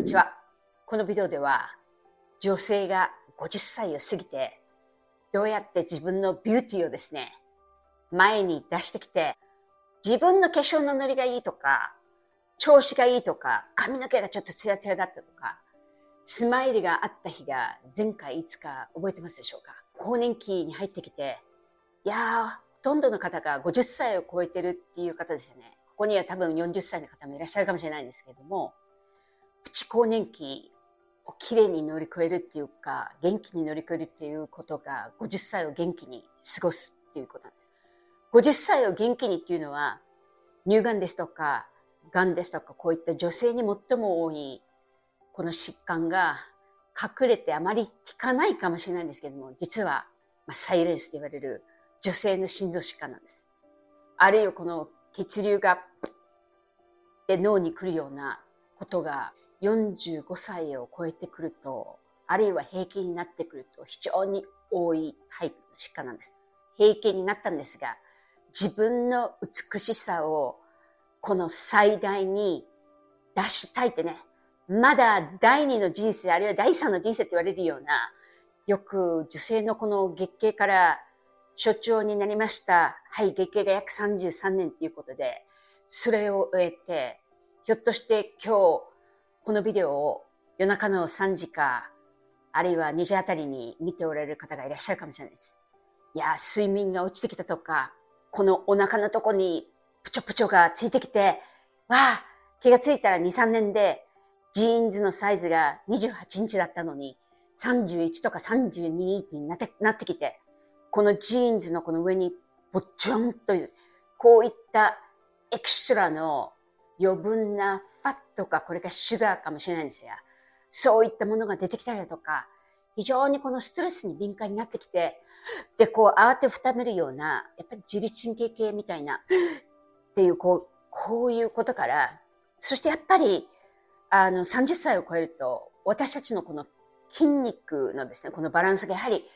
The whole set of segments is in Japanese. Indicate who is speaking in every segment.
Speaker 1: ちは。このビデオでは、女性が50歳を過ぎて、どうやって自分のビューティーをですね、前に出してきて、自分の化粧のノリがいいとか、調子がいいとか、髪の毛がちょっとツヤツヤだったとか、スマイルがあった日が前回いつか覚えてますでしょうか？更年期に入ってきて、ほとんどの方が50歳を超えてるっていう方ですよね。ここには多分40歳の方もいらっしゃるかもしれないんですけれども、プチ更年期をきれいに乗り越えるっていうか、元気に乗り越えるっていうことが、50歳を元気に過ごすっていうことなんです。50歳を元気にっていうのは、乳がんですとか、がんですとか、こういった女性に最も多い、この疾患が隠れてあまり効かないかもしれないんですけども、実は、サイレンスと言われる女性の心臓疾患なんです。あるいはこの血流がプッて脳に来るようなことが45歳を超えてくると、あるいは閉経になってくると非常に多いタイプの疾患なんです。閉経になったんですが、自分の美しさをこの最大に出したいってね、まだ第二の人生、あるいは第三の人生って言われるような、よく女性のこの月経から所長になりました。はい、月経が約33年ということで、それを終えて、ひょっとして今日、このビデオを夜中の3時か、あるいは2時あたりに見ておられる方がいらっしゃるかもしれないです。睡眠が落ちてきたとか、このお腹のとこにプチョプチョがついてきて、気がついたら2、3年で、ジーンズのサイズが28インチだったのに、31とか32インチになってきて、このジーンズのこの上にぼちょんという、こういったエクストラの余分なファットか、これがシュガーかもしれないんですよ。そういったものが出てきたりだとか、非常にこのストレスに敏感になってきて、で、こう慌てふためるような、やっぱり自律神経系みたいな、っていう、こういうことから、そしてやっぱり、30歳を超えると、私たちのこの筋肉のですね、このバランスがやはり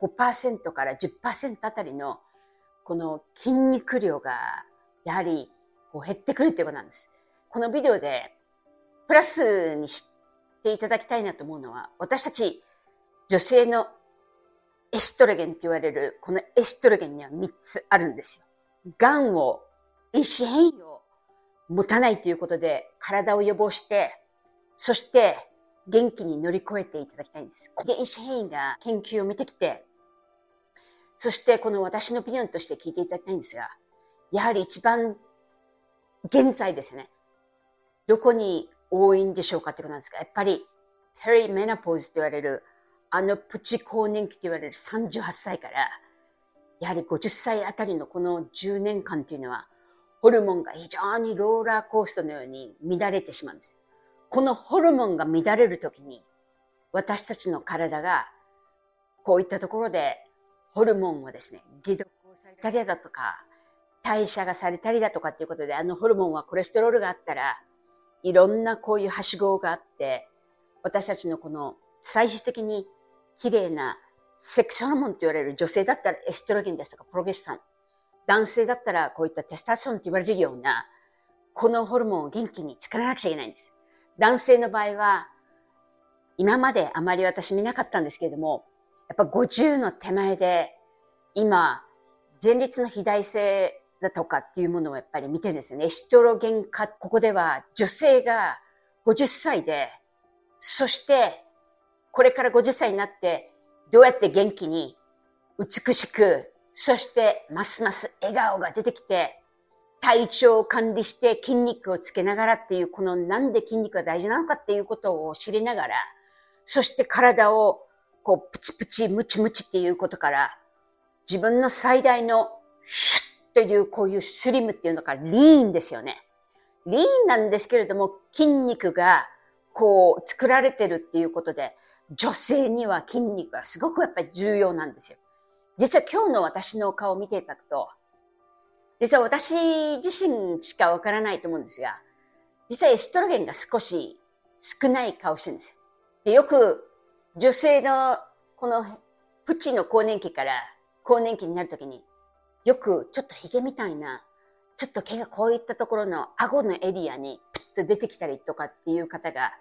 Speaker 1: 5% から10% あたりの、この筋肉量が、やはりこう減ってくるということなんです。このビデオで、プラスにしていただきたいなと思うのは、私たち女性のエストロゲンと言われる、このエストロゲンには3つあるんですよ。癌を、因子変異を持たないということで、体を予防して、そして元気に乗り越えていただきたいんです。因子変異が研究を見てきて、そしてこの私のオピニオンとして聞いていただきたいんですが、やはり一番現在ですね、どこに多いんでしょうかってことなんですが、やっぱりペリメノポーズと言われる、プチ更年期と言われる38歳から、やはり50歳あたりのこの10年間というのは、ホルモンが非常にローラーコーストのように乱れてしまうんです。このホルモンが乱れるときに、私たちの体が、こういったところで、ホルモンをですね、解毒をされたりだとか、代謝がされたりだとかっていうことで、ホルモンはコレステロールがあったら、いろんなこういうはしごがあって、私たちのこの最終的に綺麗なセックスホルモンと言われる、女性だったらエストロゲンですとかプロゲステロン、男性だったらこういったテストステロンと言われるような、このホルモンを元気に作らなくちゃいけないんです。男性の場合は、今まであまり私見なかったんですけれども、やっぱ50の手前で、今、前立の肥大性だとかっていうものをやっぱり見てるんですよね。エストロゲン化、ここでは女性が50歳で、そしてこれから50歳になってどうやって元気に美しく、そしてますます笑顔が出てきて、体調を管理して筋肉をつけながらっていう、このなんで筋肉が大事なのかっていうことを知りながら、そして体をこうプチプチムチムチっていうことから、自分の最大のシュッというこういうスリムっていうのがリーンですよね。リーンなんですけれども、筋肉がこう作られてるっていうことで、女性には筋肉がすごくやっぱり重要なんですよ。実は今日の私の顔を見ていただくと、実は私自身しかわからないと思うんですが、実はエストロゲンが少し少ない顔してるんですよ。で、よく女性のこのプチの更年期から更年期になるときに、よくちょっとヒゲみたいな、ちょっと毛がこういったところの顎のエリアにプッと出てきたりとかっていう方が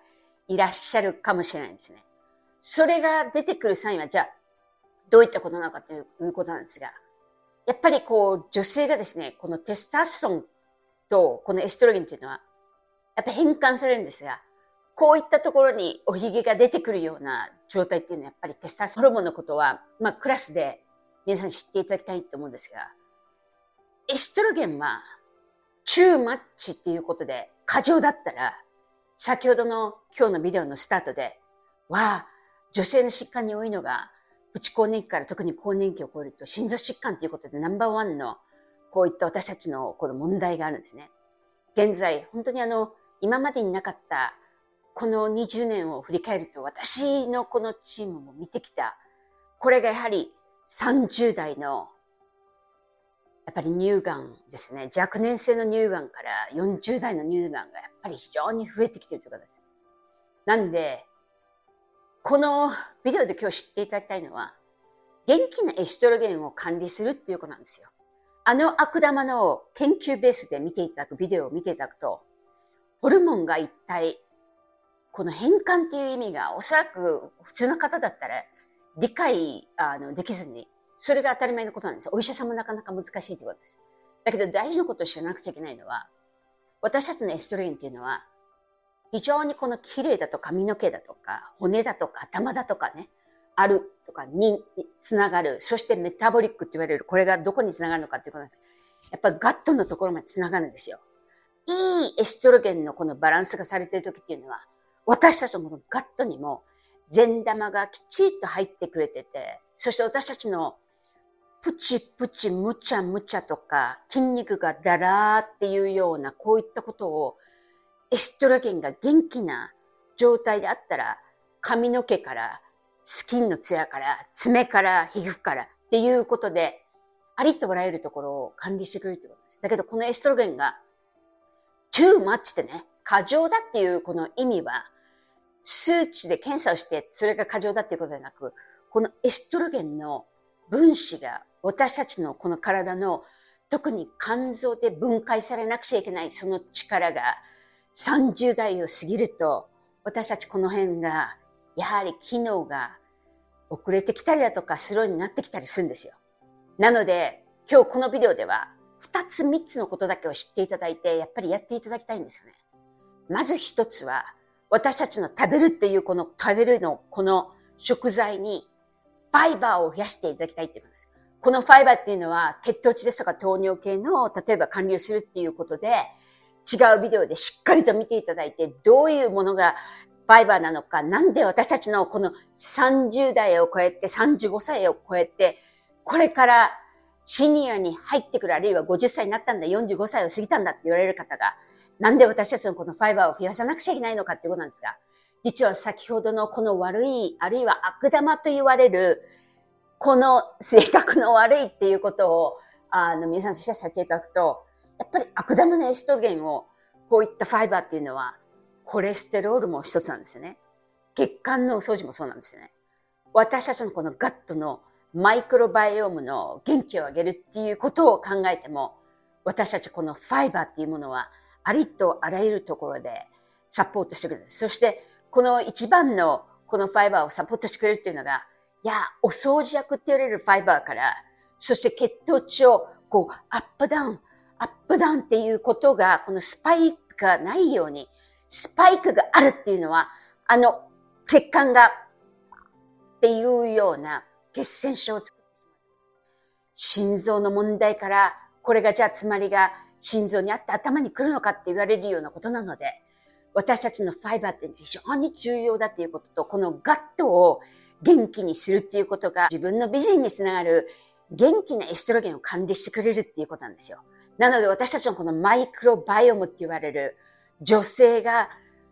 Speaker 1: いらっしゃるかもしれないんですね。それが出てくるサインは、じゃあ、どういったことなのかということなんですが、やっぱり女性がですね、このテストステロンとこのエストロゲンというのは、やっぱ変換されるんですが、こういったところにおひげが出てくるような状態っていうのは、やっぱりテストステロンのことは、クラスで皆さん知っていただきたいと思うんですが、エストロゲンは、チューマッチっていうことで過剰だったら、先ほどの今日のビデオのスタートで、女性の疾患に多いのが、プチ更年期から特に更年期を超えると心臓疾患ということでナンバーワンのこういった私たちのこの問題があるんですね。現在、本当に今までになかったこの20年を振り返ると私のこのチームも見てきた、これがやはり30代のやっぱり乳がんですね。若年性の乳がんから40代の乳がんがやっぱり非常に増えてきているということです。なんで、このビデオで今日知っていただきたいのは、元気なエストロゲンを管理するっていうことなんですよ。悪玉の研究ベースで見ていただくビデオを見ていただくと、ホルモンが一体、この変換っていう意味がおそらく普通の方だったら理解できずに、それが当たり前のことなんです。お医者さんもなかなか難しいということです。だけど大事なことを知らなくちゃいけないのは、私たちのエストロゲンっていうのは、非常にこの綺麗だとか髪の毛だとか骨だとか頭だとかね、あるとかにつながる。そしてメタボリックって言われる。これがどこにつながるのかっていうことなんです。やっぱりガットのところまでつながるんですよ。いいエストロゲンのこのバランスがされている時っていうのは、私たちのこのガットにも善玉がきちっと入ってくれてて、そして私たちのプチプチムチャムチャとか筋肉がダラーっていうようなこういったことをエストロゲンが元気な状態であったら髪の毛からスキンのツヤから爪から皮膚からっていうことでありとあらゆるところを管理してくれるということです。だけどこのエストロゲンが too much ってね、過剰だっていうこの意味は数値で検査をしてそれが過剰だっていうことではなく、このエストロゲンの分子が私たちのこの体の特に肝臓で分解されなくちゃいけないその力が30代を過ぎると私たちこの辺がやはり機能が遅れてきたりだとかスローになってきたりするんですよ。なので今日このビデオでは2つ3つのことだけを知っていただいてやっぱりやっていただきたいんですよね。まず1つは私たちの食べるっていうこの食べるのこの食材にファイバーを増やしていただきたいっていうことです。このファイバーっていうのは血糖値ですとか糖尿系の例えば管理をするっていうことで違うビデオでしっかりと見ていただいてどういうものがファイバーなのか、なんで私たちのこの30代を超えて35歳を超えてこれからシニアに入ってくるあるいは50歳になったんだ45歳を過ぎたんだって言われる方がなんで私たちのこのファイバーを増やさなくちゃいけないのかっていうことなんですが、実は先ほどのこの悪い、あるいは悪玉と言われる、この性格の悪いっていうことを、皆さんシェアさせていただくと、やっぱり悪玉のエストロゲンを、こういったファイバーっていうのは、コレステロールも一つなんですよね。血管のお掃除もそうなんですよね。私たちのこのガットのマイクロバイオームの元気を上げるっていうことを考えても、私たちこのファイバーっていうものは、ありとあらゆるところでサポートしてくれる。そして、この一番のこのファイバーをサポートしてくれるっていうのが、お掃除薬って言われるファイバーから、そして血糖値をアップダウンっていうことが、このスパイクがないように、スパイクがあるっていうのは、血管がっていうような血栓症を作ってしまう。心臓の問題から、これがじゃあつまりが心臓にあって頭に来るのかって言われるようなことなので、私たちのファイバーって非常に重要だっていうことと、このガットを元気にするっていうことが自分の美人につながる元気なエストロゲンを管理してくれるっていうことなんですよ。なので私たちのこのマイクロバイオムって言われる女性が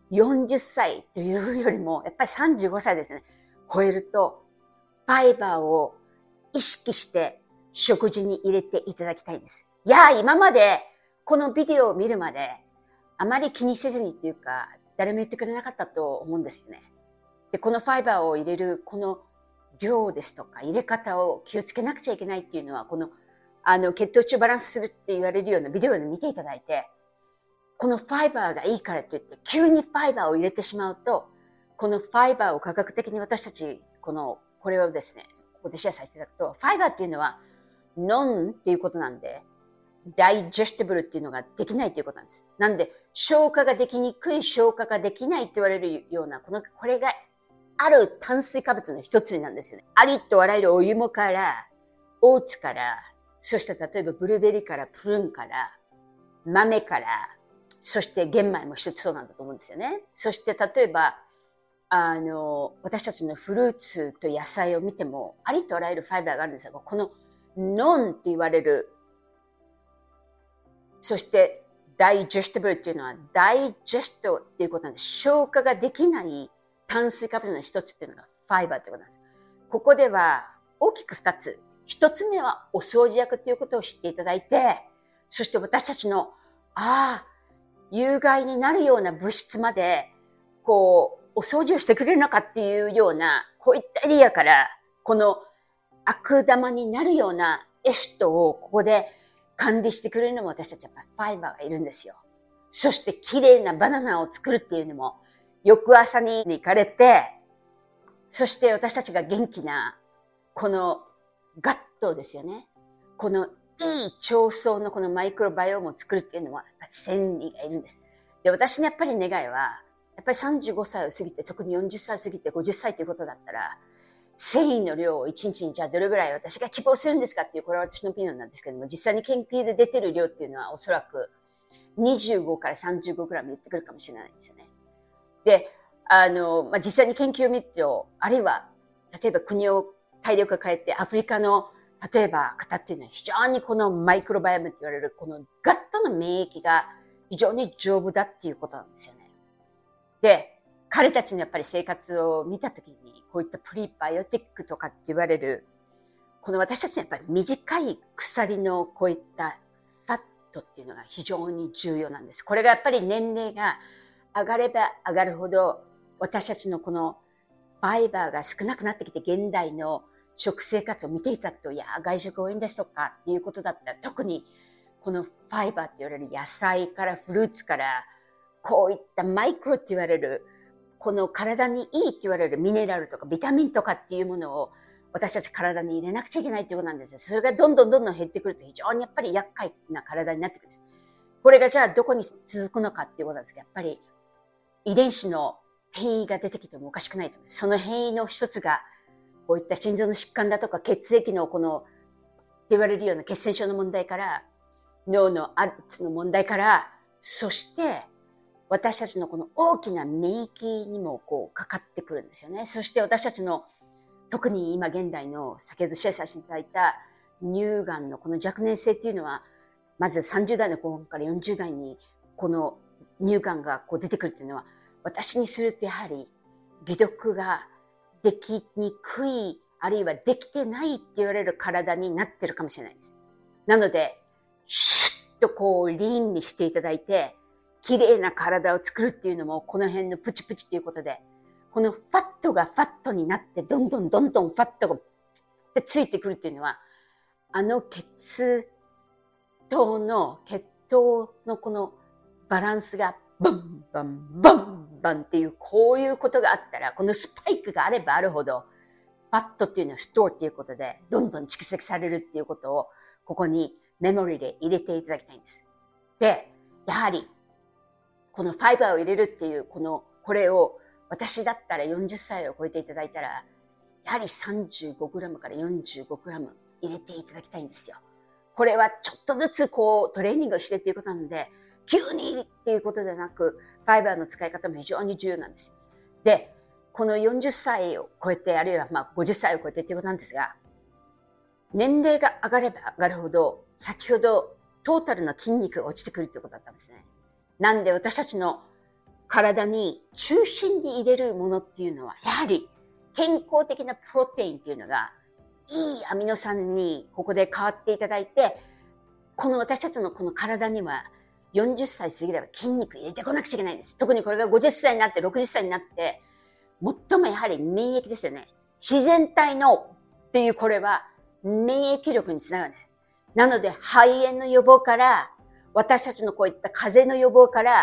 Speaker 1: 40歳というよりもやっぱり35歳ですね、超えるとファイバーを意識して食事に入れていただきたいんです。今までこのビデオを見るまであまり気にせずにっていうか、誰も言ってくれなかったと思うんですよね。で、このファイバーを入れるこの量ですとか入れ方を気をつけなくちゃいけないっていうのは、この血糖値をバランスするって言われるようなビデオで見ていただいて、このファイバーがいいからといって急にファイバーを入れてしまうと、 このファイバーを科学的に私たち、これをですね、ここでシェアさせていただくと、ファイバーっていうのは、ノンっていうことなんで、ダイジェスティブルっていうのができないということなんです。なんで、消化ができにくい、消化ができないって言われるような、これがある炭水化物の一つなんですよね。ありとあらゆるお芋から、オーツから、そして例えばブルーベリーから、プルーンから、豆から、そして玄米も一つそうなんだと思うんですよね。そして例えば、私たちのフルーツと野菜を見ても、ありとあらゆるファイバーがあるんですが、このノンって言われる、そしてダイジェスティブルっていうのは、ダイジェストっていうことなんです。消化ができない炭水化物の一つっていうのがファイバーっていうことなんです。ここでは大きく二つ。一つ目はお掃除薬っていうことを知っていただいて、そして私たちの、有害になるような物質まで、お掃除をしてくれるのかっていうような、こういったエリアから、この悪玉になるようなエシトをここで管理してくれるのも私たちはファイバーがいるんですよ。そして綺麗なバナナを作るっていうのも、翌朝に行かれて、そして私たちが元気な、このガットですよね。このいい腸層のこのマイクロバイオームを作るっていうのは、繊維がいるんです。で、私のやっぱり願いは、やっぱり35歳を過ぎて、特に40歳を過ぎて50歳ということだったら、繊維の量を1日にじゃあどれぐらい私が希望するんですかっていう、これは私のオピニオンなんですけども、実際に研究で出てる量っていうのはおそらく25から35グラム言ってくるかもしれないんですよね。で、実際に研究を見ると、あるいは、例えば国を大陸を変えてアフリカの例えば方っていうのは非常にこのマイクロバイオムって言われるこのガットの免疫が非常に丈夫だっていうことなんですよね。で、彼たちのやっぱり生活を見たときに、こういったプリバイオティックとかって言われる、この私たちのやっぱり短い鎖のこういったファットっていうのが非常に重要なんです。これがやっぱり年齢が上がれば上がるほど、私たちのこのファイバーが少なくなってきて、現代の食生活を見ていただくと、いや、外食多いんですとかっていうことだったら、特にこのファイバーって言われる野菜からフルーツから、こういったマイクロって言われる、この体にいいって言われるミネラルとかビタミンとかっていうものを私たち体に入れなくちゃいけないっていうことなんですよ。それがどんどん減ってくると非常にやっぱり厄介な体になってくるんです。これがじゃあどこに続くのかっていうことなんですけど、やっぱり遺伝子の変異が出てきてもおかしくないと思う。その変異の一つが、こういった心臓の疾患だとか血液のこの、って言われるような血栓症の問題から、脳の圧の問題から、そして私たちのこの大きな免疫にもかかってくるんですよね。そして私たちの特に今現代の先ほどシェアさせていただいた乳がんのこの若年性っていうのは、まず30代の後半から40代にこの乳がんが出てくるっていうのは、私にするとやはり解毒ができにくい、あるいはできてないって言われる体になってるかもしれないです。なので、シュッとリーンにしていただいて、綺麗な体を作るっていうのも、この辺のプチプチっていうことで、このファットがファットになって、どんどんファットがついてくるっていうのは、血糖のこのバランスがバンバンバンバンっていう、こういうことがあったら、このスパイクがあればあるほど、ファットっていうのはストアっていうことで、どんどん蓄積されるっていうことを、ここにメモリで入れていただきたいんです。で、やはり、このファイバーを入れるっていう、これを、私だったら40歳を超えていただいたら、やはり 35g から 45g 入れていただきたいんですよ。これはちょっとずつトレーニングをしてっていうことなので、急にっていうことではなく、ファイバーの使い方も非常に重要なんです。で、この40歳を超えて、あるいは50歳を超えてっていうことなんですが、年齢が上がれば上がるほど、先ほどトータルの筋肉が落ちてくるってことだったんですね。なんで私たちの体に中心に入れるものっていうのは、やはり健康的なプロテインっていうのが、いいアミノ酸にここで変わっていただいて、この私たちのこの体には40歳過ぎれば筋肉入れてこなくちゃいけないんです。特にこれが50歳になって60歳になって、最もやはり免疫ですよね。自然体のっていうこれは免疫力につながるんです。なので肺炎の予防から、私たちのこういった風邪の予防から、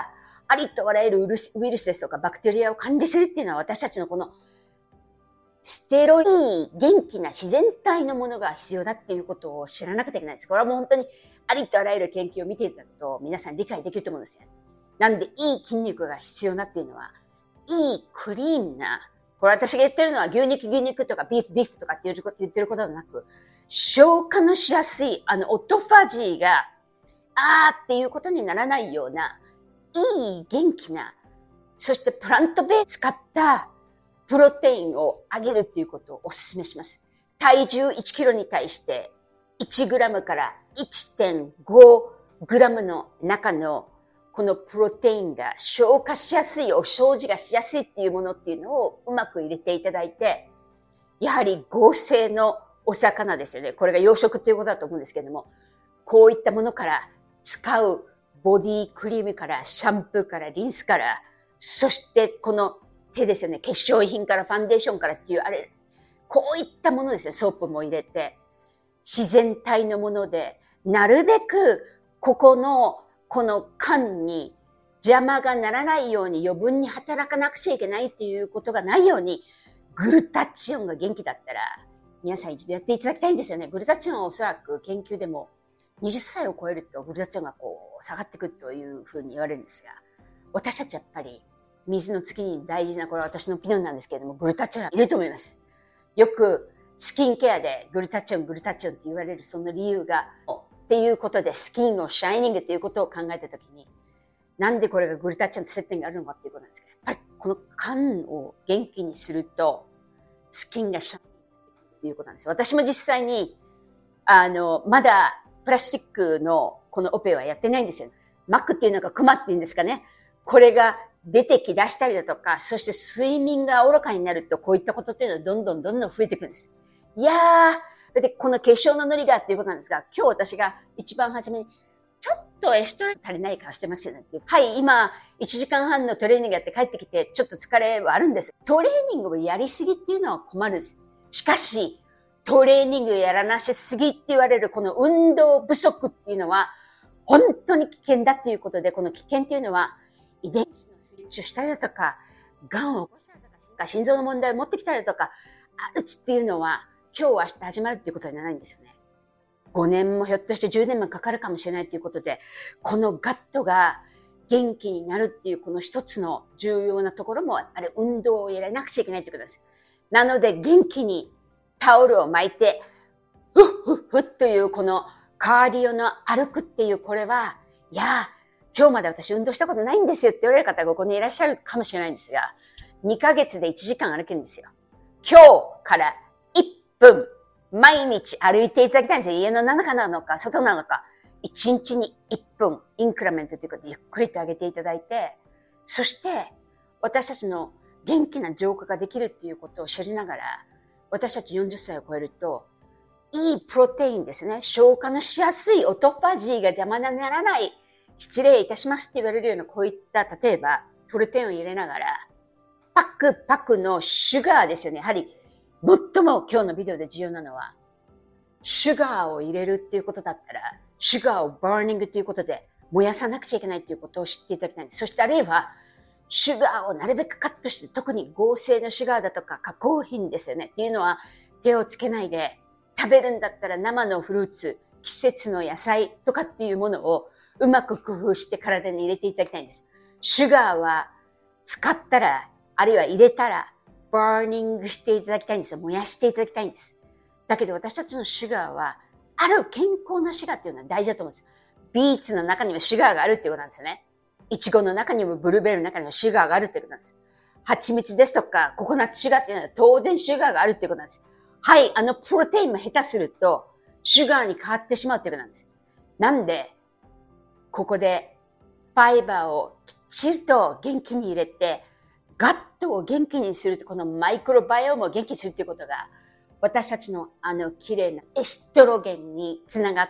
Speaker 1: ありとあらゆるウイルスですとかバクテリアを管理するっていうのは私たちのこのステロイド、元気な自然体のものが必要だっていうことを知らなくてはいけないです。これはもう本当にありとあらゆる研究を見ていただくと皆さん理解できると思うんですよ。なんでいい筋肉が必要なっていうのは、いいクリーンな、これ私が言ってるのは牛肉とかビーフとかって言ってることではなく、消化のしやすい、オトファジーが、っていうことにならないような、いい元気な、そしてプラントベース使ったプロテインを上げるっていうことをお勧めします。体重1キロに対して1グラムから1.5グラムの中のこのプロテインが消化しやすい、お掃除がしやすいっていうものっていうのをうまく入れていただいて、やはり合成のお魚ですよね。これが養殖っていうことだと思うんですけれども、こういったものから使うボディクリームからシャンプーからリンスから、そしてこの手ですよね。化粧品からファンデーションからっていうこういったものですね。ソープも入れて、自然体のもので、なるべくこの缶に邪魔がならないように余分に働かなくちゃいけないっていうことがないように、グルタチオンが元気だったら、皆さん一度やっていただきたいんですよね。グルタチオンはおそらく研究でも20歳を超えるとグルタチオンが下がってくるというふうに言われるんですが、私たちやっぱり水の次に大事な、これは私のオピニオンなんですけれども、グルタチオンはいると思います。よくスキンケアでグルタチオンって言われるその理由が、っていうことでスキンをシャイニングということを考えたときに、なんでこれがグルタチオンと接点があるのかっていうことなんですけど、やっぱりこの肝を元気にすると、スキンがシャイニングっていうことなんですよ。私も実際に、まだプラスチックのこのオペはやってないんですよ。マックっていうのがクマっていうんですかね。これが出てき出したりだとか、そして睡眠が愚かになると、こういったことっていうのはどんどん増えていくんです。いやー、で、この化粧のノリがっていうことなんですが、今日私が一番初めに、ちょっとエストロゲン足りない顔してますよねっていう。はい、今、1時間半のトレーニングやって帰ってきて、ちょっと疲れはあるんです。トレーニングをやりすぎっていうのは困るんです。しかし、トレーニングやらなしすぎって言われるこの運動不足っていうのは、本当に危険だっていうことで、この危険っていうのは、遺伝子のスイッチをしたりだとか、癌を起こしたりだとか、心臓の問題を持ってきたりだとか、あるっていうのは、今日明日始まるっていうことじゃないんですよね。5年もひょっとして10年もかかるかもしれないっていうことで、このガットが元気になるっていうこの一つの重要なところも、やっぱり運動をやらなくちゃいけないってことです。なので元気にタオルを巻いて、ふっふっふっというこのカーディオの歩くっていうこれは、いや今日まで私運動したことないんですよって言われる方がここにいらっしゃるかもしれないんですが、2ヶ月で1時間歩けるんですよ。今日から1分、毎日歩いていただきたいんですよ。家の中なのか、外なのか。1日に1分、インクラメントということでゆっくりと上げていただいて、そして、私たちの元気な浄化ができるっていうことを知りながら、私たち40歳を超えると、いいプロテインですね。消化のしやすいオトファジーが邪魔にならない、失礼いたしますって言われるようなこういった、例えば、プロテインを入れながら、パクのシュガーですよね。やはり、最も今日のビデオで重要なのは、シュガーを入れるっていうことだったら、シュガーをバーニングということで燃やさなくちゃいけないということを知っていただきたいんです。そしてあるいは、シュガーをなるべくカットして、特に合成のシュガーだとか加工品ですよね。っていうのは手をつけないで、食べるんだったら生のフルーツ、季節の野菜とかっていうものをうまく工夫して体に入れていただきたいんです。シュガーは使ったら、あるいは入れたら、バーニングしていただきたいんですよ。燃やしていただきたいんです。だけど私たちのシュガーは、ある健康なシュガーっていうのは大事だと思うんです。ビーツの中にもシュガーがあるっていうことなんですよね。イチゴの中にもブルーベリーの中にもシュガーがあるっていうことなんです。蜂蜜ですとかココナッツシュガーっていうのは当然シュガーがあるっていうことなんです。はい、プロテインも下手するとシュガーに変わってしまうっていうことなんです。なんで、ここでファイバーをきっちりと元気に入れて、ガットを元気にするこのマイクロバイオームを元気にするっていうことが、私たちの綺麗なエストロゲンにつながって、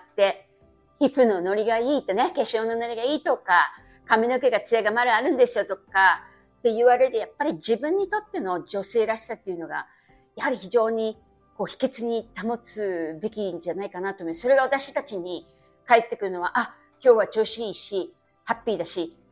Speaker 1: 皮膚のノリがいいとね、化粧のノリがいいとか、髪の毛がツヤがまだあるんですよとか、って言われる、やっぱり自分にとっての女性らしさっていうのが、やはり非常に秘訣に保つべきんじゃないかなと思います。それが私たちに返ってくるのは、今日は調子いいし、ハッピーだし、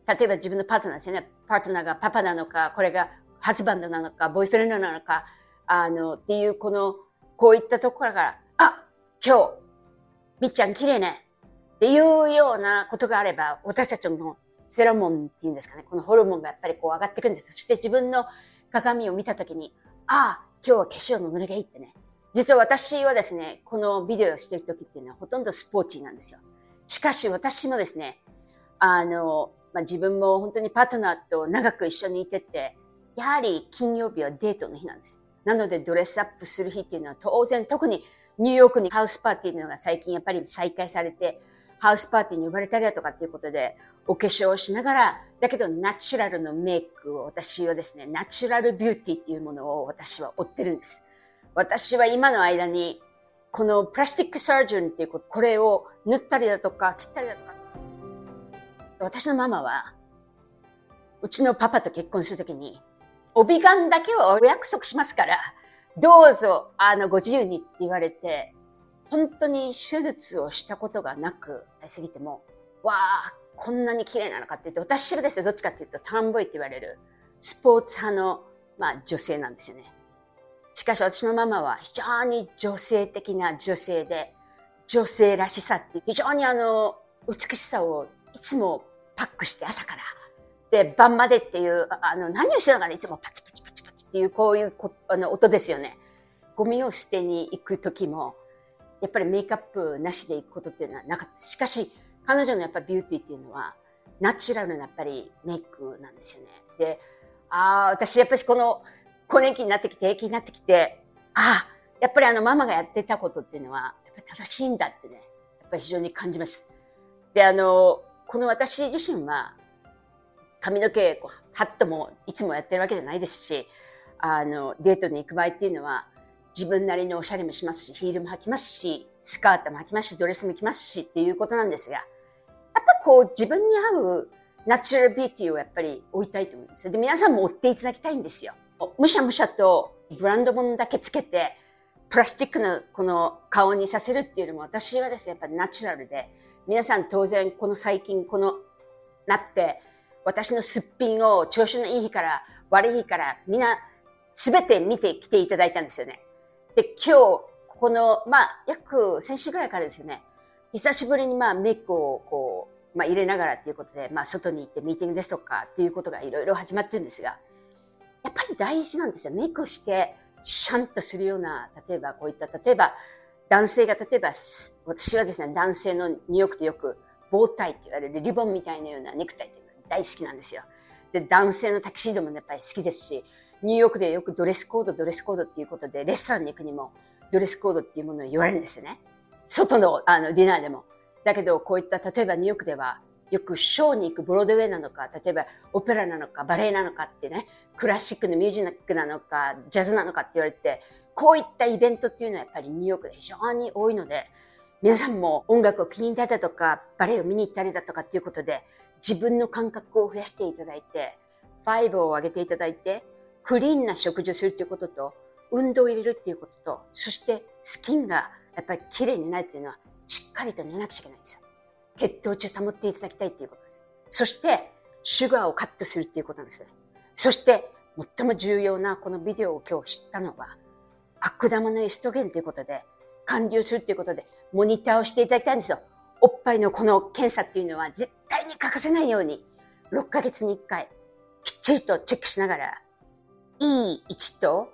Speaker 1: 例えば自分のパートナーですよね。パートナーがパパなのか、これがハズバンドなのか、ボーイフレンドなのか、っていうこういったところから、あ、今日、みっちゃん綺麗ね。っていうようなことがあれば、私たちのフェロモンっていうんですかね。このホルモンがやっぱりこう上がってくるんです。そして自分の鏡を見たときに、ああ、今日は化粧の塗りがいいってね。実は私はですね、このビデオをしているときっていうのはほとんどスポーツなんですよ。しかし私もですね、自分も本当にパートナーと長く一緒にいてて、やはり金曜日はデートの日なんです。なのでドレスアップする日っていうのは当然、特にニューヨークにハウスパーティーのが最近やっぱり再開されて、ハウスパーティーに呼ばれたりだとかっていうことで、お化粧をしながら、だけどナチュラルのメイクを私はですね、ナチュラルビューティーっていうものを私は追ってるんです。私は今の間に、このプラスティックサージョンっていうこと、これを塗ったりだとか切ったりだとか。私のママは、うちのパパと結婚するときに、帯ガだけはお約束しますから、どうぞ、ご自由にって言われて、本当に手術をしたことがなく、過ぎても、わあ、こんなに綺麗なのかって言って、私はですね、どっちかっていうと、タンボイって言われる、スポーツ派の、女性なんですよね。しかし私のママは非常に女性的な女性で、女性らしさって非常に美しさをいつもパックして朝から、で、晩までっていう、何をしてるのかね、いつもパチパチパチパチっていう、こういう音ですよね。ゴミを捨てに行く時も、やっぱりメイクアップなしで行くことっていうのはなかった。しかし、彼女のやっぱりビューティーっていうのは、ナチュラルなやっぱりメイクなんですよね。で、私やっぱりこの、更年期になってきて、平気になってきて、やっぱりママがやってたことっていうのは、やっぱり正しいんだってね、やっぱり非常に感じます。で、この私自身は、髪の毛、ハットもいつもやってるわけじゃないですし、デートに行く場合っていうのは、自分なりのおしゃれもしますし、ヒールも履きますし、スカートも履きますし、ドレスも着ますしっていうことなんですが、やっぱこう自分に合うナチュラルビューティーをやっぱり追いたいと思うんですよ。で、皆さんも追っていただきたいんですよ。むしゃむしゃとブランド物だけつけて、プラスチックのこの顔にさせるっていうのも私はですね、やっぱりナチュラルで、皆さん当然この最近なって、私のすっぴんを調子のいい日から悪い日からみんなすべて見てきていただいたんですよね。で、今日、この、約先週ぐらいからですよね。久しぶりにメイクを入れながらっていうことで、外に行ってミーティングですとかっていうことがいろいろ始まってるんですが、やっぱり大事なんですよ。メイクをしてシャンとするような、例えば男性が私はですね、男性のニューヨークでよくボータイって言われるリボンみたいなようなネクタイっていうのが大好きなんですよ。で、男性のタキシードもやっぱり好きですし、ニューヨークでよくドレスコードっていうことで、レストランに行くにもドレスコードっていうものを言われるんですよね。外のディナーでも。だけど、こういった、例えばニューヨークでは、よくショーに行くブロードウェイなのか、例えばオペラなのか、バレエなのかってね、クラシックのミュージックなのか、ジャズなのかって言われて、こういったイベントっていうのはやっぱりニューヨークで非常に多いので、皆さんも音楽を聴いたりだとか、バレエを見に行ったりだとかっていうことで、自分の感覚を増やしていただいて、ファイブを上げていただいて、クリーンな食事をするっていうことと、運動を入れるっていうことと、そしてスキンがやっぱり綺麗になるっていうのは、しっかりと寝なくちゃいけないんですよ。血糖値を保っていただきたいっていうことです。そして、シュガーをカットするっていうことなんですよね。そして、最も重要なこのビデオを今日知ったのは、悪玉のエストゲンということで、完了するっていうことで、モニターをしていただきたいんですよ。おっぱいのこの検査っていうのは絶対に欠かせないように、6ヶ月に1回、きっちりとチェックしながら、E1 と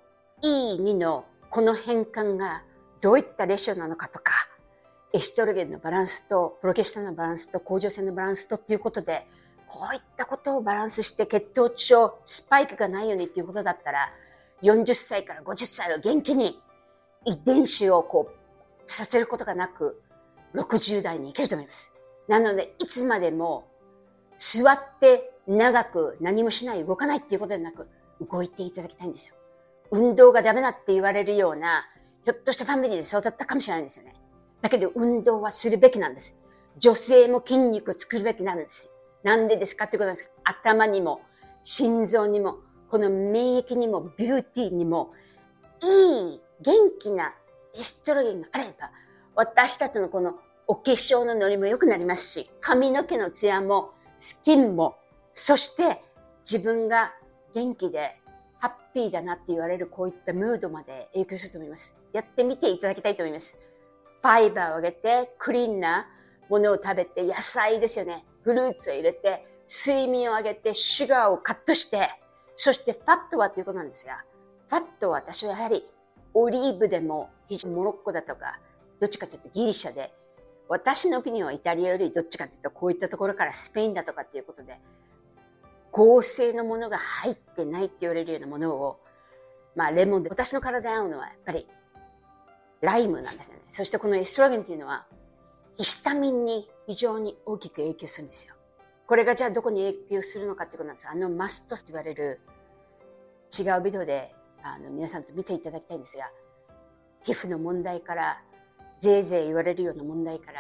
Speaker 1: E2 のこの変換がどういったレシオなのかとか、エストロゲンのバランスと、プロゲステロンのバランスと、甲状腺のバランスとっていうことで、こういったことをバランスして血糖値をスパイクがないようにっていうことだったら、40歳から50歳を元気に遺伝子をさせることがなく、60代にいけると思います。なので、いつまでも座って長く何もしない、動かないっていうことでなく、動いていただきたいんですよ。運動がダメだって言われるような、ひょっとしたファミリーで育ったかもしれないんですよね。だけど運動はするべきなんです。女性も筋肉を作るべきなんです。なんでですかってことなんです。頭にも、心臓にも、この免疫にも、ビューティーにも、いい、元気なエストロゲンがあれば、私たちのこのお化粧のノリも良くなりますし、髪の毛のツヤも、スキンも、 そして自分が元気でハッピーだなって言われるこういったムードまで影響すると思います。やってみていただきたいと思います。ファイバーを上げて、クリーンなものを食べて、野菜ですよね。フルーツを入れて、睡眠を上げて、シュガーをカットして、そしてファットはということなんですが、ファットは私はやはりオリーブでもモロッコだとか、どっちかというとギリシャで、私のオピニオンはイタリアよりどっちかというとこういったところからスペインだとかっていうことで、合成のものが入ってないって言われるようなものを、レモンで、私の体に合うのはやっぱりライムなんですよね。そしてこのエストロゲンっていうのは、ヒスタミンに非常に大きく影響するんですよ。これがじゃあどこに影響するのかっていうことなんです。マストと言われる違うビデオで皆さんと見ていただきたいんですが、皮膚の問題から、ぜいぜい言われるような問題から、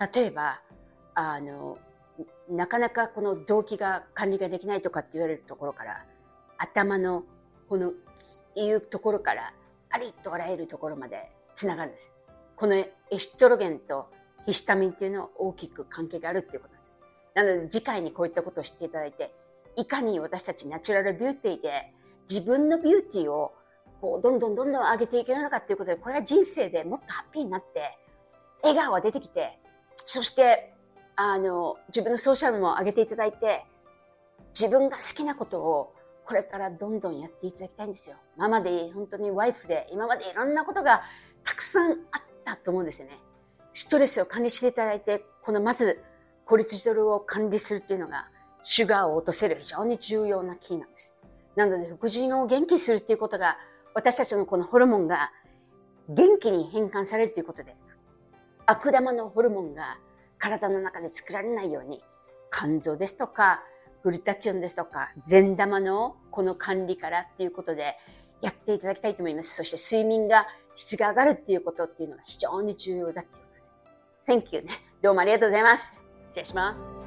Speaker 1: 例えば、なかなかこの動機が管理ができないとかって言われるところから、頭のこのいうところから、ありとあらゆるところまでつながるんです。このエストロゲンとヒスタミンっていうのは大きく関係があるっていうことなんです。なので次回にこういったことを知っていただいて、いかに私たちナチュラルビューティーで自分のビューティーをこうどんどん上げていけるのかっていうことで、これは人生でもっとハッピーになって、笑顔が出てきて、そして自分のソーシャルも上げていただいて、自分が好きなことをこれからどんどんやっていただきたいんですよ。ママで本当にワイフで今までいろんなことがたくさんあったと思うんですよね。ストレスを管理していただいて、このまずコルチゾルを管理するっていうのがシュガーを落とせる非常に重要なキーなんです。なので副腎を元気にするっていうことが、私たちのこのホルモンが元気に変換されるということで、悪玉のホルモンが体の中で作られないように、肝臓ですとかグルタチオンですとか善玉のこの管理からっていうことでやっていただきたいと思います。そして睡眠が質が上がるっていうことっていうのが非常に重要だっていうことです。Thank you ね。どうもありがとうございます。失礼します。